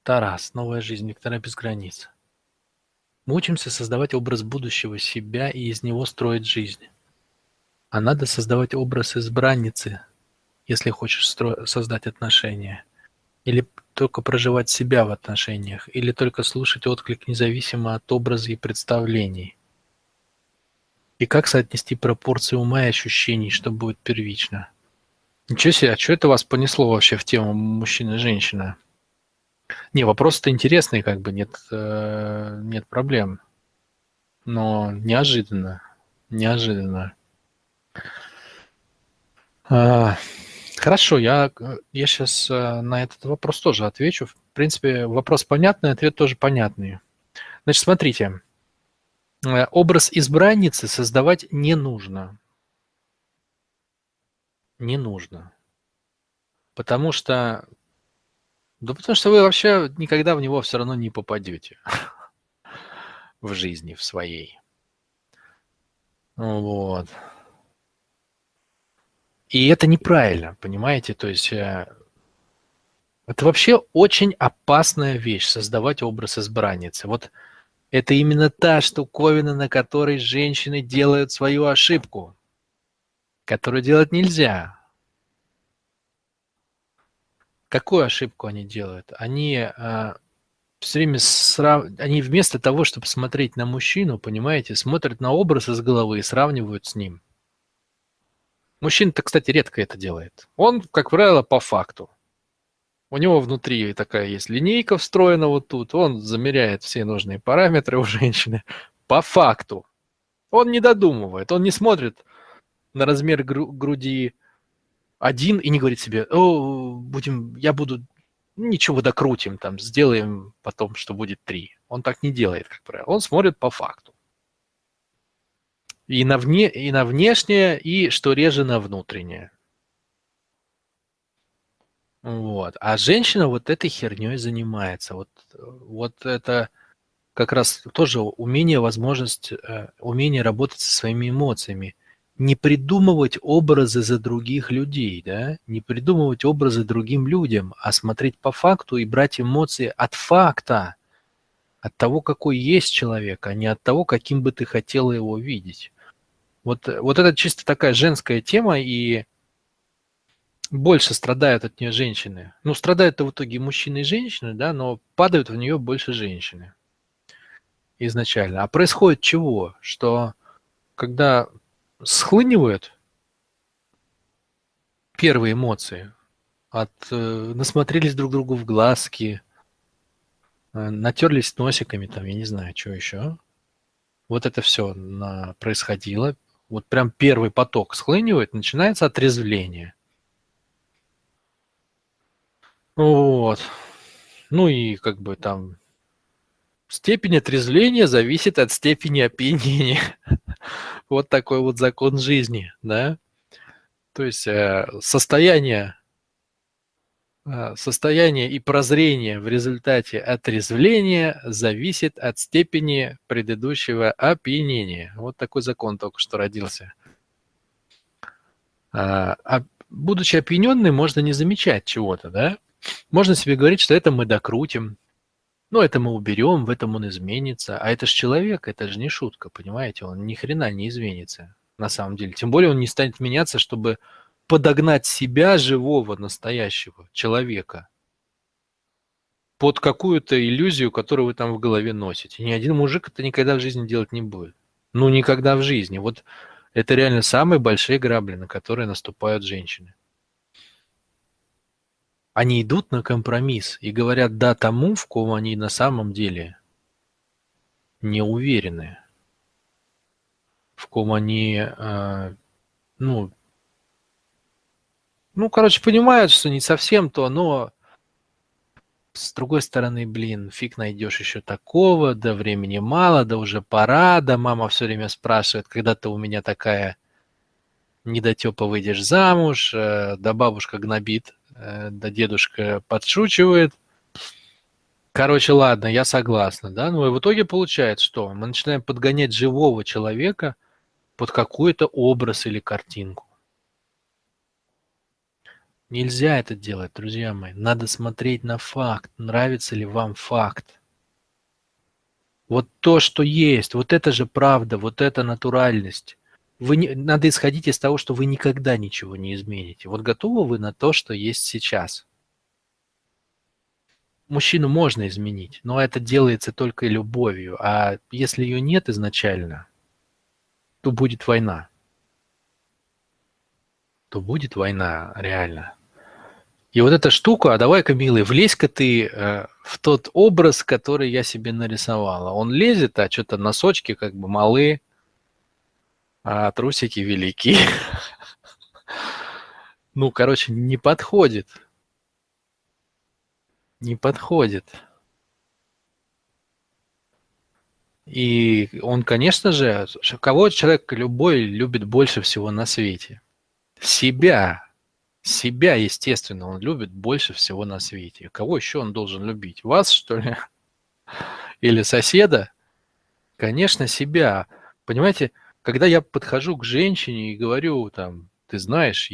Тарас. Новая жизнь. Виктора без границ. Мы учимся создавать образ будущего себя и из него строить жизнь. А надо создавать образ избранницы, если хочешь создать отношения. Или только проживать себя в отношениях, или только слушать отклик независимо от образа и представлений. И как соотнести пропорции ума и ощущений, что будет первично? Ничего себе, а что это вас понесло вообще в тему мужчина и женщина? Не, вопрос-то интересный, как бы нет проблем. Но неожиданно. Неожиданно. А, Хорошо, я сейчас на этот вопрос тоже отвечу. В принципе, вопрос понятный, ответ тоже понятный. Значит, смотрите, образ избранницы создавать не нужно. Не нужно. Потому что, да потому что вы вообще никогда в него все равно не попадете в жизни в своей. Вот. И это неправильно, понимаете? То есть это вообще очень опасная вещь, создавать образ избранницы. Вот это именно та штуковина, на которой женщины делают свою ошибку, которую делать нельзя. Какую ошибку они делают? Они все время они вместо того, чтобы смотреть на мужчину, понимаете, смотрят на образ из головы и сравнивают с ним. Мужчина-то, кстати, редко это делает. Он, как правило, по факту. У него внутри такая есть линейка встроена вот тут. Он замеряет все нужные параметры у женщины по факту. Он не додумывает, он не смотрит на размер груди один и не говорит себе: "О, я буду, ничего, докрутим, там, сделаем потом, что будет 3". Он так не делает, как правило. Он смотрит по факту. И на внешнее, и, что реже, на внутреннее. Вот. А женщина вот этой херней занимается. Вот это как раз тоже умение работать со своими эмоциями. Не придумывать образы за других людей, да, не придумывать образы другим людям, а смотреть по факту и брать эмоции от факта, от того, какой есть человек, а не от того, каким бы ты хотела его видеть. Вот это чисто такая женская тема, и больше страдают от нее женщины. Ну, страдают-то в итоге и мужчины, и женщины, да, но падают в нее больше женщины изначально. А происходит чего? Что когда схлынивают первые эмоции, насмотрелись друг другу в глазки, натерлись носиками, там, я не знаю, что еще. Вот это все происходило. Вот прям первый поток схлынивает, начинается отрезвление. Вот. Ну и как бы там степень отрезвления зависит от степени опьянения. Вот такой вот закон жизни, да. То есть состояние и прозрение в результате отрезвления зависит от степени предыдущего опьянения. Вот такой закон только что родился. Будучи опьяненным, можно не замечать чего-то, да? Можно себе говорить, что это мы докрутим, ну, это мы уберем, в этом он изменится. А это же человек, это же не шутка, понимаете? Он ни хрена не изменится на самом деле. Тем более он не станет меняться, чтобы подогнать себя, живого, настоящего человека, под какую-то иллюзию, которую вы там в голове носите. Ни один мужик это никогда в жизни делать не будет. Ну, никогда в жизни. Вот это реально самые большие грабли, на которые наступают женщины. Они идут на компромисс и говорят «да» тому, в ком они на самом деле не уверены, в ком они, ну, короче, понимают, что не совсем то, но с другой стороны, блин, фиг найдешь еще такого, да времени мало, да уже пора, да мама все время спрашивает, когда ты у меня такая недотепа выйдешь замуж, да бабушка гнобит, да дедушка подшучивает. Короче, ладно, я согласна, да, ну и в итоге получается, что мы начинаем подгонять живого человека под какой-то образ или картинку. Нельзя это делать, друзья мои. Надо смотреть на факт. Нравится ли вам факт? Вот то, что есть, вот это же правда, вот это натуральность. Надо исходить из того, что вы никогда ничего не измените. Вот готовы вы на то, что есть сейчас? Мужчину можно изменить, но это делается только любовью. А если ее нет изначально, то будет война. То будет война реально. И вот эта штука, а давай-ка, милый, влезь-ка ты в тот образ, который я себе нарисовала. Он лезет, а что-то носочки как бы малы, а трусики велики. Ну, короче, не подходит. Не подходит. И он, конечно же, кого человек любой любит больше всего на свете? Себя. Себя, естественно, он любит больше всего на свете. Кого еще он должен любить? Вас, что ли? Или соседа? Конечно, себя. Понимаете, когда я подхожу к женщине и говорю там, ты знаешь,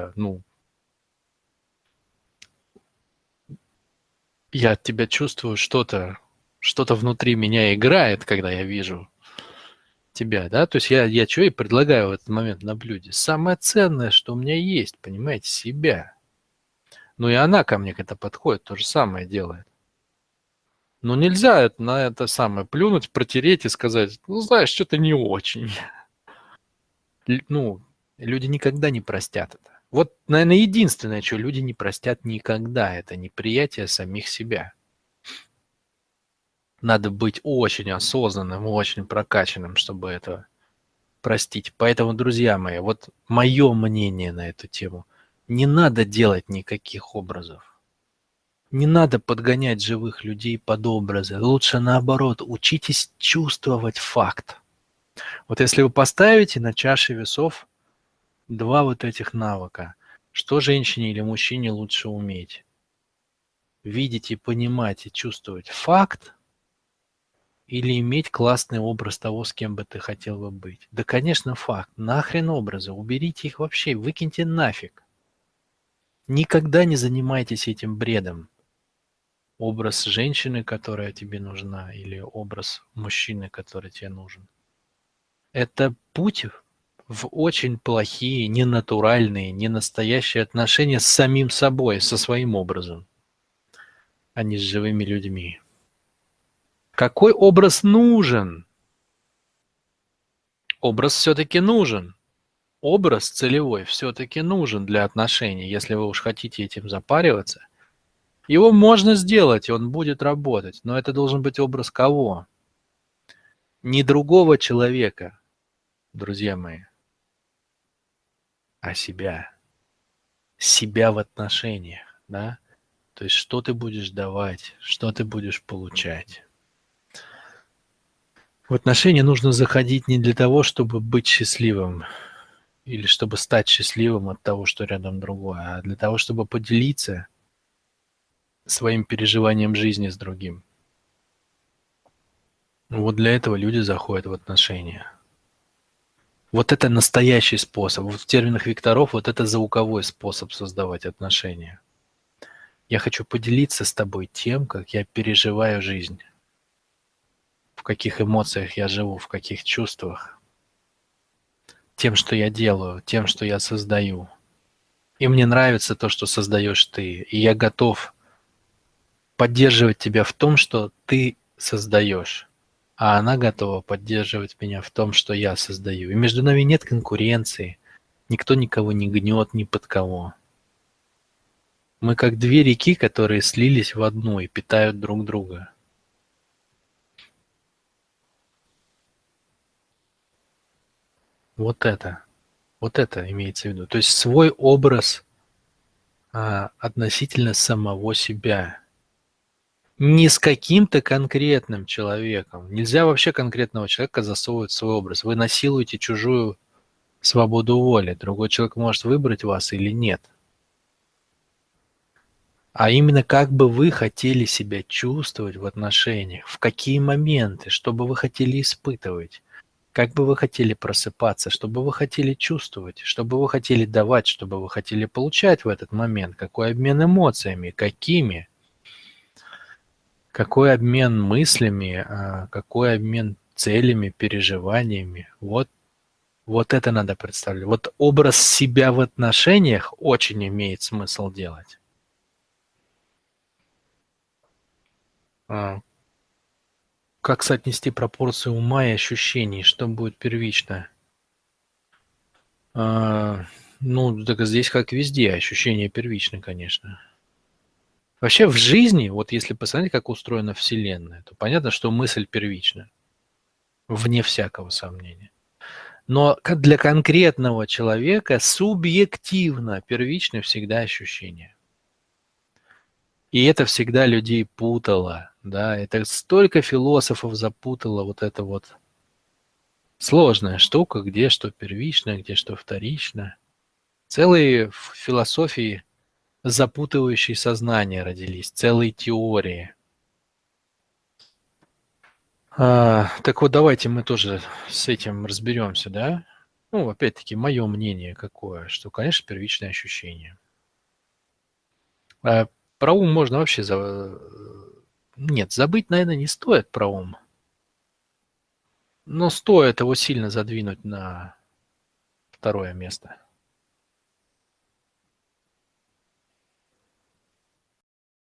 я от тебя чувствую что-то внутри меня играет, когда я вижу тебя, да, то есть я что и предлагаю в этот момент на блюде. Самое ценное, что у меня есть, понимаете, себя. Ну и она ко мне когда подходит, то же самое делает. Но нельзя на это самое плюнуть, протереть и сказать, ну знаешь, что-то не очень. Ну, люди никогда не простят это. Вот, наверное, единственное, что люди не простят никогда, это неприятие самих себя. Надо быть очень осознанным, очень прокачанным, чтобы это простить. Поэтому, друзья мои, вот мое мнение на эту тему. Не надо делать никаких образов. Не надо подгонять живых людей под образы. Лучше наоборот, учитесь чувствовать факт. Вот если вы поставите на чаше весов два вот этих навыка, что женщине или мужчине лучше уметь? Видеть и понимать и чувствовать факт или иметь классный образ того, с кем бы ты хотел бы быть? Да, конечно, факт. Нахрен образы. Уберите их вообще, выкиньте нафиг. Никогда не занимайтесь этим бредом. Образ женщины, которая тебе нужна, или образ мужчины, который тебе нужен. Это путь в очень плохие, ненатуральные, ненастоящие отношения с самим собой, со своим образом, а не с живыми людьми. Какой образ нужен? Образ все-таки нужен. Образ целевой все-таки нужен для отношений, если вы уж хотите этим запариваться. Его можно сделать, и он будет работать, но это должен быть образ кого? Не другого человека, друзья мои, а себя. Себя в отношениях, да? То есть что ты будешь давать, что ты будешь получать. В отношения нужно заходить не для того, чтобы быть счастливым или чтобы стать счастливым от того, что рядом другое, а для того, чтобы поделиться своим переживанием жизни с другим. Вот для этого люди заходят в отношения. Вот это настоящий способ. Вот в терминах Викторов вот это звуковой способ создавать отношения. Я хочу поделиться с тобой тем, как я переживаю жизнь, в каких эмоциях я живу, в каких чувствах, тем, что я делаю, тем, что я создаю. И мне нравится то, что создаешь ты, и я готов поддерживать тебя в том, что ты создаешь, а она готова поддерживать меня в том, что я создаю. И между нами нет конкуренции, никто никого не гнет ни под кого. Мы как две реки, которые слились в одну и питают друг друга. Вот это имеется в виду. То есть свой образ относительно самого себя. Не с каким-то конкретным человеком. Нельзя вообще конкретного человека засовывать в свой образ. Вы насилуете чужую свободу воли. Другой человек может выбрать вас или нет. А именно как бы вы хотели себя чувствовать в отношениях, в какие моменты, что бы вы хотели испытывать. Как бы вы хотели просыпаться, что бы вы хотели чувствовать, что бы вы хотели давать, что бы вы хотели получать в этот момент, какой обмен эмоциями, какими, какой обмен мыслями, какой обмен целями, переживаниями. Вот это надо представлять. Вот образ себя в отношениях очень имеет смысл делать. А, Как соотнести пропорции ума и ощущений, что будет первично? А, Ну, так здесь как везде, ощущения первичны, конечно. Вообще в жизни, вот если посмотреть, как устроена Вселенная, то понятно, что мысль первична, вне всякого сомнения. Но для конкретного человека субъективно первичны всегда ощущения. И это всегда людей путало, да, это столько философов запутало вот это вот сложная штука, где что первично, где что вторично. Целые философии, запутывающие сознание, родились, целые теории. Так вот, давайте мы тоже с этим разберемся, да? Ну, опять-таки, мое мнение какое, что, конечно, первичное ощущение. А про ум можно вообще Нет, забыть, наверное, не стоит про ум, но стоит его сильно задвинуть на второе место.